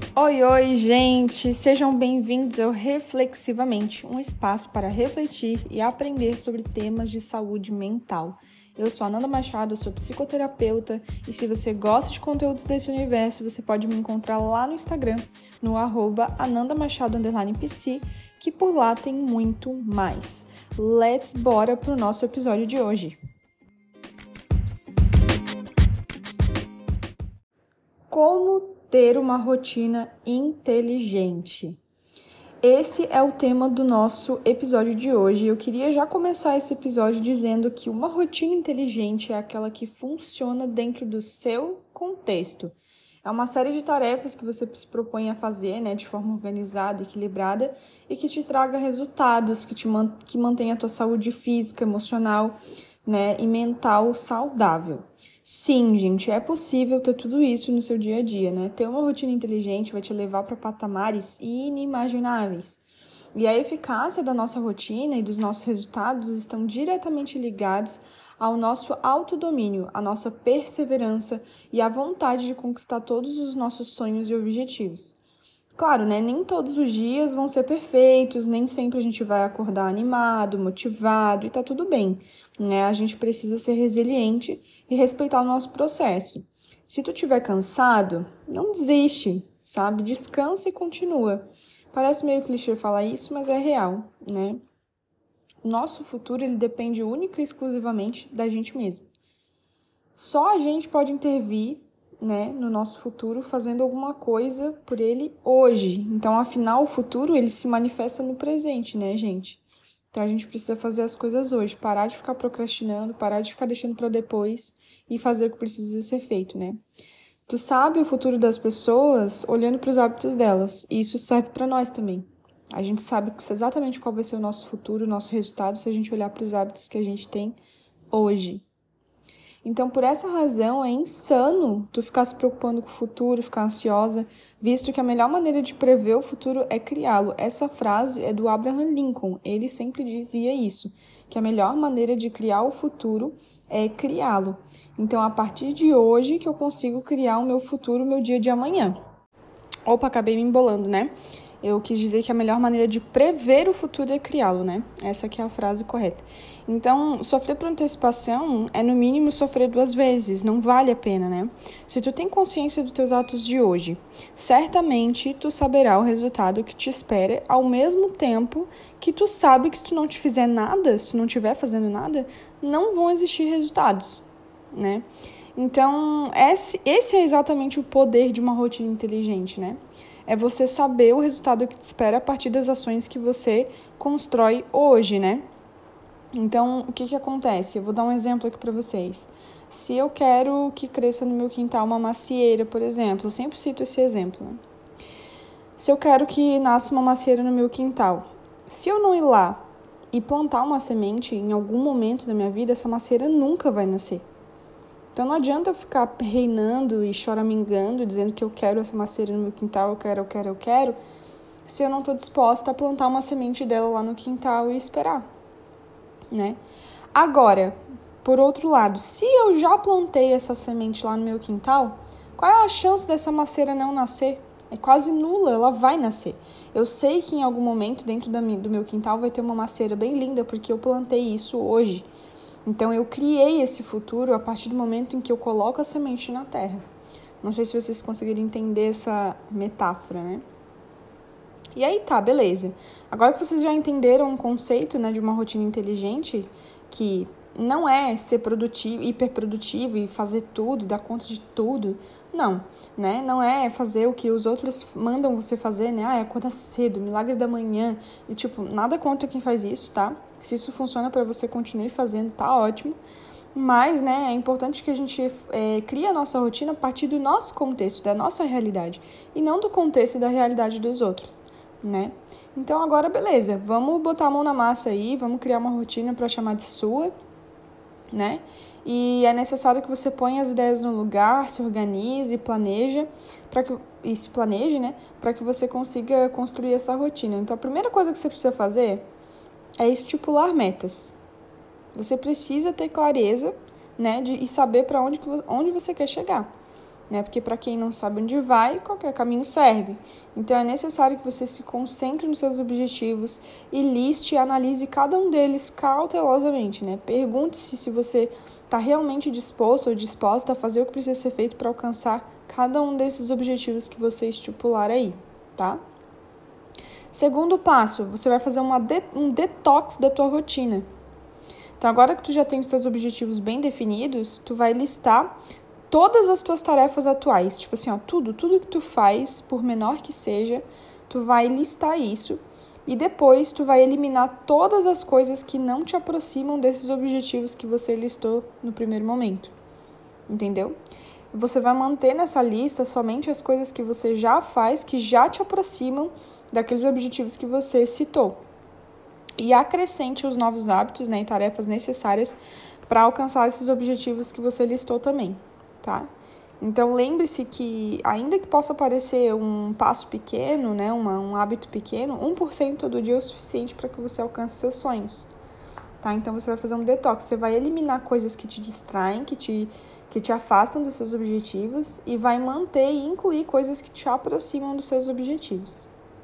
Oi, oi, gente! Sejam bem-vindos ao Reflexivamente, um espaço para refletir e aprender sobre temas de saúde mental. Eu sou a Ananda Machado, sou psicoterapeuta e se você gosta de conteúdos desse universo, você pode me encontrar lá no Instagram, no @AnandaMachado_PC, que por lá tem muito mais. Bora pro nosso episódio de hoje. Como ter uma rotina inteligente? Esse é o tema do nosso episódio de hoje. Eu queria já começar esse episódio dizendo que uma rotina inteligente é aquela que funciona dentro do seu contexto. É uma série de tarefas que você se propõe a fazer, de forma organizada, equilibrada e que te traga resultados, que mantenha a tua saúde física, emocional, e mental saudável. Sim, gente, é possível ter tudo isso no seu dia a dia, Ter uma rotina inteligente vai te levar para patamares inimagináveis. E a eficácia da nossa rotina e dos nossos resultados estão diretamente ligados ao nosso autodomínio, à nossa perseverança e à vontade de conquistar todos os nossos sonhos e objetivos. Claro, nem todos os dias vão ser perfeitos, nem sempre a gente vai acordar animado, motivado e tá tudo bem, A gente precisa ser resiliente e respeitar o nosso processo. Se tu estiver cansado, não desiste, sabe? Descansa e continua. Parece meio clichê falar isso, mas é real, O nosso futuro, ele depende única e exclusivamente da gente mesmo. Só a gente pode intervir no nosso futuro, fazendo alguma coisa por ele hoje. Então, afinal, o futuro, ele se manifesta no presente, gente? Então, a gente precisa fazer as coisas hoje, parar de ficar procrastinando, parar de ficar deixando para depois e fazer o que precisa ser feito, Tu sabe o futuro das pessoas olhando para os hábitos delas, e isso serve para nós também. A gente sabe exatamente qual vai ser o nosso futuro, o nosso resultado, se a gente olhar para os hábitos que a gente tem hoje. Então, por essa razão, é insano tu ficar se preocupando com o futuro, ficar ansiosa, visto que a melhor maneira de prever o futuro é criá-lo. Essa frase é do Abraham Lincoln, ele sempre dizia isso, que a melhor maneira de criar o futuro é criá-lo. Então, a partir de hoje que eu consigo criar o meu futuro, o meu dia de amanhã. Opa, acabei me embolando, Eu quis dizer que a melhor maneira de prever o futuro é criá-lo, Essa que é a frase correta. Então, sofrer por antecipação é, no mínimo, sofrer 2 vezes. Não vale a pena, Se tu tem consciência dos teus atos de hoje, certamente tu saberá o resultado que te espera, ao mesmo tempo que tu sabe que se tu não te fizer nada, se tu não estiver fazendo nada, não vão existir resultados, Então, esse é exatamente o poder de uma rotina inteligente, É você saber o resultado que te espera a partir das ações que você constrói hoje, Então, o que acontece? Eu vou dar um exemplo aqui para vocês. Se eu quero que cresça no meu quintal uma macieira, por exemplo, eu sempre cito esse exemplo, Se eu quero que nasça uma macieira no meu quintal, se eu não ir lá e plantar uma semente em algum momento da minha vida, essa macieira nunca vai nascer. Então não adianta eu ficar reinando e choramingando, dizendo que eu quero essa macieira no meu quintal, eu quero, se eu não estou disposta a plantar uma semente dela lá no quintal e esperar, Agora, por outro lado, se eu já plantei essa semente lá no meu quintal, qual é a chance dessa macieira não nascer? É quase nula, ela vai nascer. Eu sei que em algum momento dentro do meu quintal vai ter uma macieira bem linda, porque eu plantei isso hoje. Então, eu criei esse futuro a partir do momento em que eu coloco a semente na terra. Não sei se vocês conseguiram entender essa metáfora, E aí tá, beleza. Agora que vocês já entenderam o conceito, de uma rotina inteligente, que não é ser produtivo, hiperprodutivo e fazer tudo, dar conta de tudo. Não, Não é fazer o que os outros mandam você fazer, é acordar cedo, milagre da manhã. E, nada contra quem faz isso, tá? Se isso funciona para você, continue fazendo, tá ótimo. Mas, é importante que a gente crie a nossa rotina a partir do nosso contexto, da nossa realidade. E não do contexto e da realidade dos outros, Então, agora, beleza. Vamos botar a mão na massa aí, vamos criar uma rotina para chamar de sua, E é necessário que você ponha as ideias no lugar, se organize, se planeje, para que você consiga construir essa rotina. Então, a primeira coisa que você precisa fazer é estipular metas. Você precisa ter clareza, e saber para onde você quer chegar. né? Porque para quem não sabe onde vai, qualquer caminho serve. Então, é necessário que você se concentre nos seus objetivos e liste e analise cada um deles cautelosamente, né? Pergunte-se se você está realmente disposto ou disposta a fazer o que precisa ser feito para alcançar cada um desses objetivos que você estipular aí, tá? Segundo passo, você vai fazer um detox da tua rotina. Então, agora que tu já tem os teus objetivos bem definidos, tu vai listar todas as tuas tarefas atuais. Tipo assim, ó, tudo que tu faz, por menor que seja, tu vai listar isso. E depois tu vai eliminar todas as coisas que não te aproximam desses objetivos que você listou no primeiro momento. Entendeu? Você vai manter nessa lista somente as coisas que você já faz, que já te aproximam daqueles objetivos que você citou. E acrescente os novos hábitos, né, e tarefas necessárias para alcançar esses objetivos que você listou também, tá? Então, lembre-se que, ainda que possa parecer um passo pequeno, né, um hábito pequeno, 1% todo dia é o suficiente para que você alcance seus sonhos, tá? Então, você vai fazer um detox, você vai eliminar coisas que te distraem, que te afastam dos seus objetivos e vai manter e incluir coisas que te aproximam dos seus objetivos.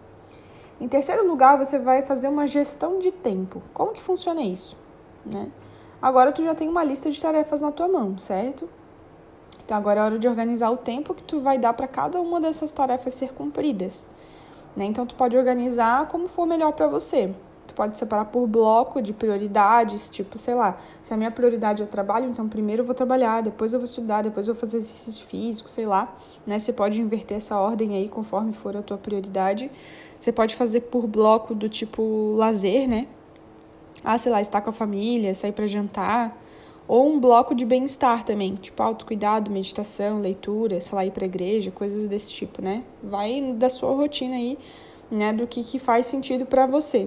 Em terceiro lugar, você vai fazer uma gestão de tempo. Como que funciona isso, né? Agora tu já tem uma lista de tarefas na tua mão, certo? Então agora é hora de organizar o tempo que tu vai dar para cada uma dessas tarefas ser cumpridas, né? Então tu pode organizar como for melhor para você. Tu pode separar por bloco de prioridades, tipo, sei lá, se a minha prioridade é trabalho, então primeiro eu vou trabalhar, depois eu vou estudar, depois eu vou fazer exercício físico, sei lá, né? Você pode inverter essa ordem aí conforme for a tua prioridade. Você pode fazer por bloco do tipo lazer, né? Ah, sei lá, estar com a família, sair para jantar. Ou um bloco de bem-estar também, tipo autocuidado, meditação, leitura, sei lá, ir pra igreja, coisas desse tipo, né? Vai da sua rotina aí, né? Do que faz sentido para você.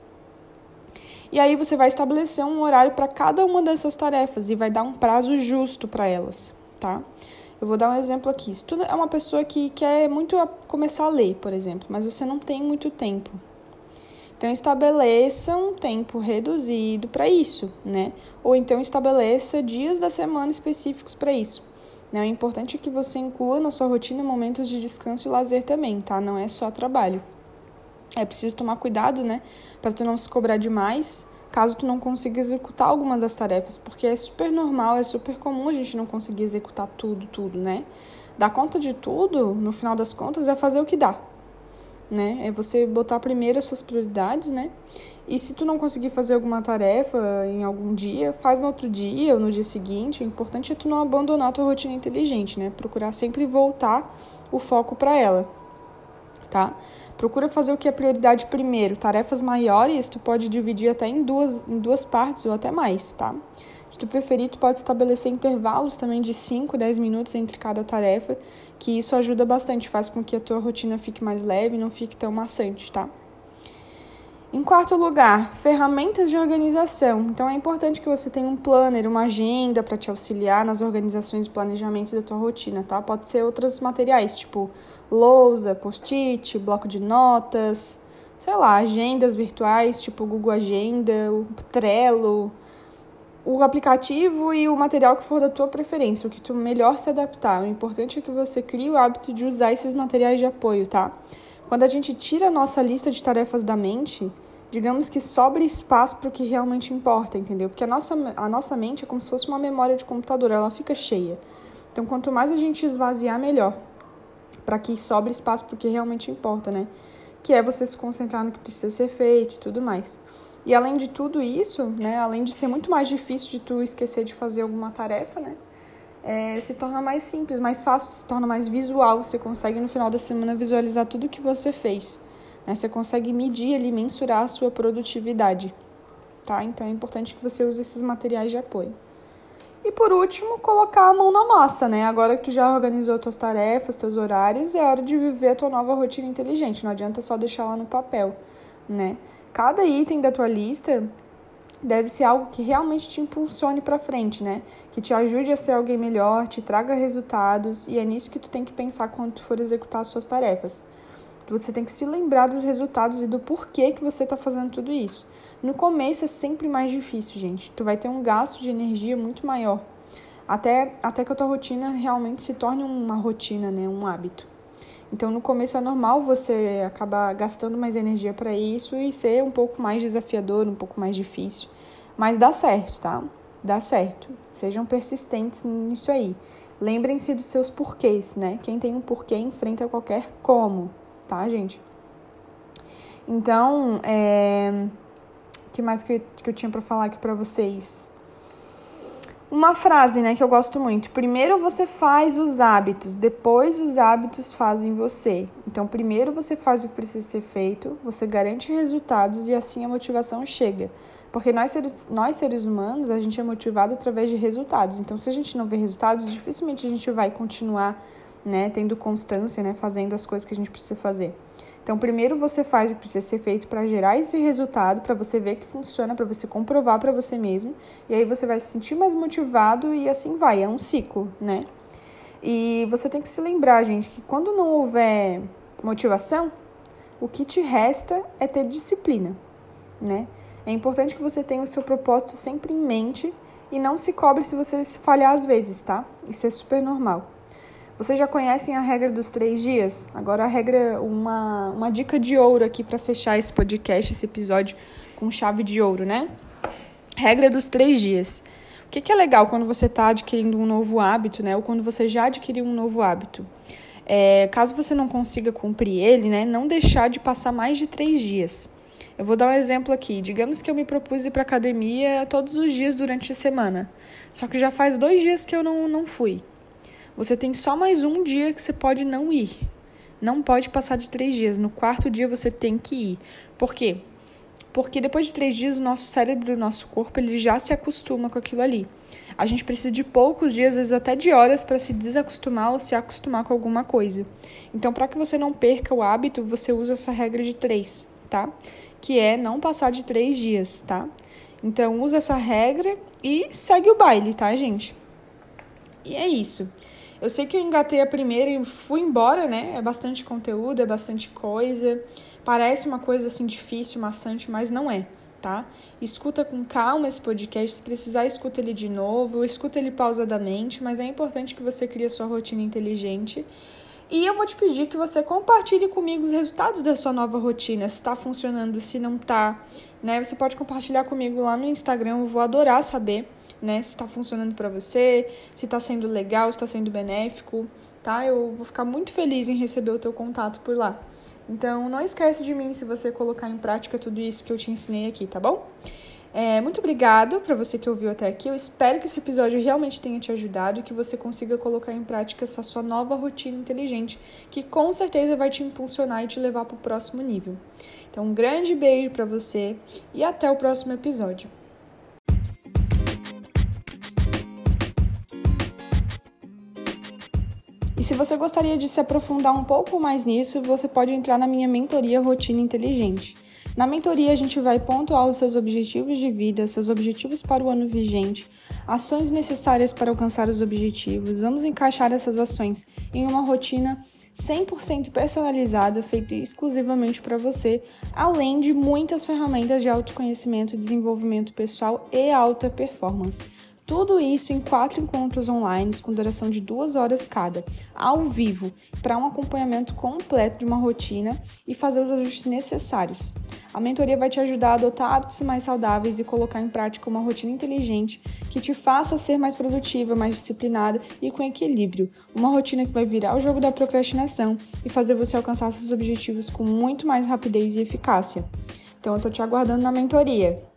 E aí você vai estabelecer um horário para cada uma dessas tarefas e vai dar um prazo justo para elas, tá? Eu vou dar um exemplo aqui. Se tu é uma pessoa que quer muito começar a ler, por exemplo, mas você não tem muito tempo, então estabeleça um tempo reduzido para isso, né? Ou então estabeleça dias da semana específicos para isso. Né? O importante é que você inclua na sua rotina momentos de descanso e lazer também, tá? Não é só trabalho. É preciso tomar cuidado, né? Para tu não se cobrar demais, caso tu não consiga executar alguma das tarefas, porque é super normal, é super comum a gente não conseguir executar tudo, né? Dar conta de tudo, no final das contas, é fazer o que dá, né? É você botar primeiro as suas prioridades, né? E se tu não conseguir fazer alguma tarefa em algum dia, faz no outro dia ou no dia seguinte. O importante é tu não abandonar a tua rotina inteligente, né? Procurar sempre voltar o foco para ela, tá? Procura fazer o que é prioridade primeiro. Tarefas maiores tu pode dividir até em duas partes ou até mais, tá? Se tu preferir, tu pode estabelecer intervalos também de 5, 10 minutos entre cada tarefa, que isso ajuda bastante, faz com que a tua rotina fique mais leve e não fique tão maçante, tá? Em quarto lugar, ferramentas de organização. Então, é importante que você tenha um planner, uma agenda para te auxiliar nas organizações e planejamento da tua rotina, tá? Pode ser outros materiais, tipo lousa, post-it, bloco de notas, sei lá, agendas virtuais, tipo Google Agenda, o Trello, o aplicativo e o material que for da tua preferência, o que tu melhor se adaptar. O importante é que você crie o hábito de usar esses materiais de apoio, tá? Quando a gente tira a nossa lista de tarefas da mente, digamos que sobra espaço para o que realmente importa, entendeu? Porque a nossa mente é como se fosse uma memória de computador, ela fica cheia. Então, quanto mais a gente esvaziar, melhor, para que sobre espaço para o que realmente importa, né? Que é você se concentrar no que precisa ser feito e tudo mais. E além de tudo isso, né, além de ser muito mais difícil de tu esquecer de fazer alguma tarefa, né, se torna mais simples, mais fácil, se torna mais visual. Você consegue no final da semana visualizar tudo o que você fez, né? Você consegue medir ali, mensurar a sua produtividade, tá? Então é importante que você use esses materiais de apoio. E por último, colocar a mão na massa, né? Agora que tu já organizou tuas tarefas, teus horários, é hora de viver a tua nova rotina inteligente. Não adianta só deixar lá no papel, né? Cada item da tua lista deve ser algo que realmente te impulsione para frente, né? Que te ajude a ser alguém melhor, te traga resultados, e é nisso que tu tem que pensar quando tu for executar as suas tarefas. Você tem que se lembrar dos resultados e do porquê que você está fazendo tudo isso. No começo é sempre mais difícil, gente. Tu vai ter um gasto de energia muito maior. até que a tua rotina realmente se torne uma rotina, né? Um hábito. Então, no começo é normal você acabar gastando mais energia para isso e ser um pouco mais desafiador, um pouco mais difícil. Mas dá certo, tá? Dá certo. Sejam persistentes nisso aí. Lembrem-se dos seus porquês, né? Quem tem um porquê enfrenta qualquer como, tá, gente? Então, que mais que eu tinha para falar aqui para vocês? Uma frase, né, que eu gosto muito. Primeiro você faz os hábitos, depois os hábitos fazem você. Então, primeiro você faz o que precisa ser feito, você garante resultados e assim a motivação chega. Porque nós seres humanos, a gente é motivado através de resultados. Então, se a gente não vê resultados, dificilmente a gente vai continuar, né, tendo constância, né, fazendo as coisas que a gente precisa fazer. Então, primeiro você faz o que precisa ser feito para gerar esse resultado, para você ver que funciona, para você comprovar para você mesmo. E aí você vai se sentir mais motivado e assim vai. É um ciclo, né? E você tem que se lembrar, gente, que quando não houver motivação, o que te resta é ter disciplina, né? É importante que você tenha o seu propósito sempre em mente e não se cobre se você falhar às vezes, tá? Isso é super normal. Vocês já conhecem a regra dos 3 dias? Agora a regra, uma dica de ouro aqui para fechar esse podcast, esse episódio com chave de ouro, né? Regra dos 3 dias. O que é legal quando você está adquirindo um novo hábito, né? Ou quando você já adquiriu um novo hábito? Caso você não consiga cumprir ele, né? Não deixar de passar mais de 3 dias. Eu vou dar um exemplo aqui. Digamos que eu me propus ir para academia todos os dias durante a semana. Só que já faz 2 dias que eu não fui. Você tem só mais um dia que você pode não ir. Não pode passar de 3 dias. No 4º dia você tem que ir. Por quê? Porque depois de 3 dias o nosso cérebro, o nosso corpo, ele já se acostuma com aquilo ali. A gente precisa de poucos dias, às vezes até de horas, para se desacostumar ou se acostumar com alguma coisa. Então, para que você não perca o hábito, você usa essa regra de 3, tá? Que é não passar de 3 dias, tá? Então, usa essa regra e segue o baile, tá, gente? E é isso. Eu sei que eu engatei a primeira e fui embora, né? É bastante conteúdo, é bastante coisa. Parece uma coisa assim difícil, maçante, mas não é, tá? Escuta com calma esse podcast. Se precisar, escuta ele de novo. Escuta ele pausadamente, mas é importante que você crie a sua rotina inteligente. E eu vou te pedir que você compartilhe comigo os resultados da sua nova rotina. Se está funcionando, se não está, né? Você pode compartilhar comigo lá no Instagram. Eu vou adorar saber, né, se está funcionando para você, se está sendo legal, se está sendo benéfico, tá? Eu vou ficar muito feliz em receber o teu contato por lá. Então, não esquece de mim se você colocar em prática tudo isso que eu te ensinei aqui, tá bom? Muito obrigada para você que ouviu até aqui. Eu espero que esse episódio realmente tenha te ajudado e que você consiga colocar em prática essa sua nova rotina inteligente, que com certeza vai te impulsionar e te levar para o próximo nível. Então, um grande beijo para você e até o próximo episódio. E se você gostaria de se aprofundar um pouco mais nisso, você pode entrar na minha mentoria Rotina Inteligente. Na mentoria, a gente vai pontuar os seus objetivos de vida, seus objetivos para o ano vigente, ações necessárias para alcançar os objetivos. Vamos encaixar essas ações em uma rotina 100% personalizada, feita exclusivamente para você, além de muitas ferramentas de autoconhecimento, desenvolvimento pessoal e alta performance. Tudo isso em 4 encontros online com duração de 2 horas cada, ao vivo, para um acompanhamento completo de uma rotina e fazer os ajustes necessários. A mentoria vai te ajudar a adotar hábitos mais saudáveis e colocar em prática uma rotina inteligente que te faça ser mais produtiva, mais disciplinada e com equilíbrio. Uma rotina que vai virar o jogo da procrastinação e fazer você alcançar seus objetivos com muito mais rapidez e eficácia. Então, eu estou te aguardando na mentoria.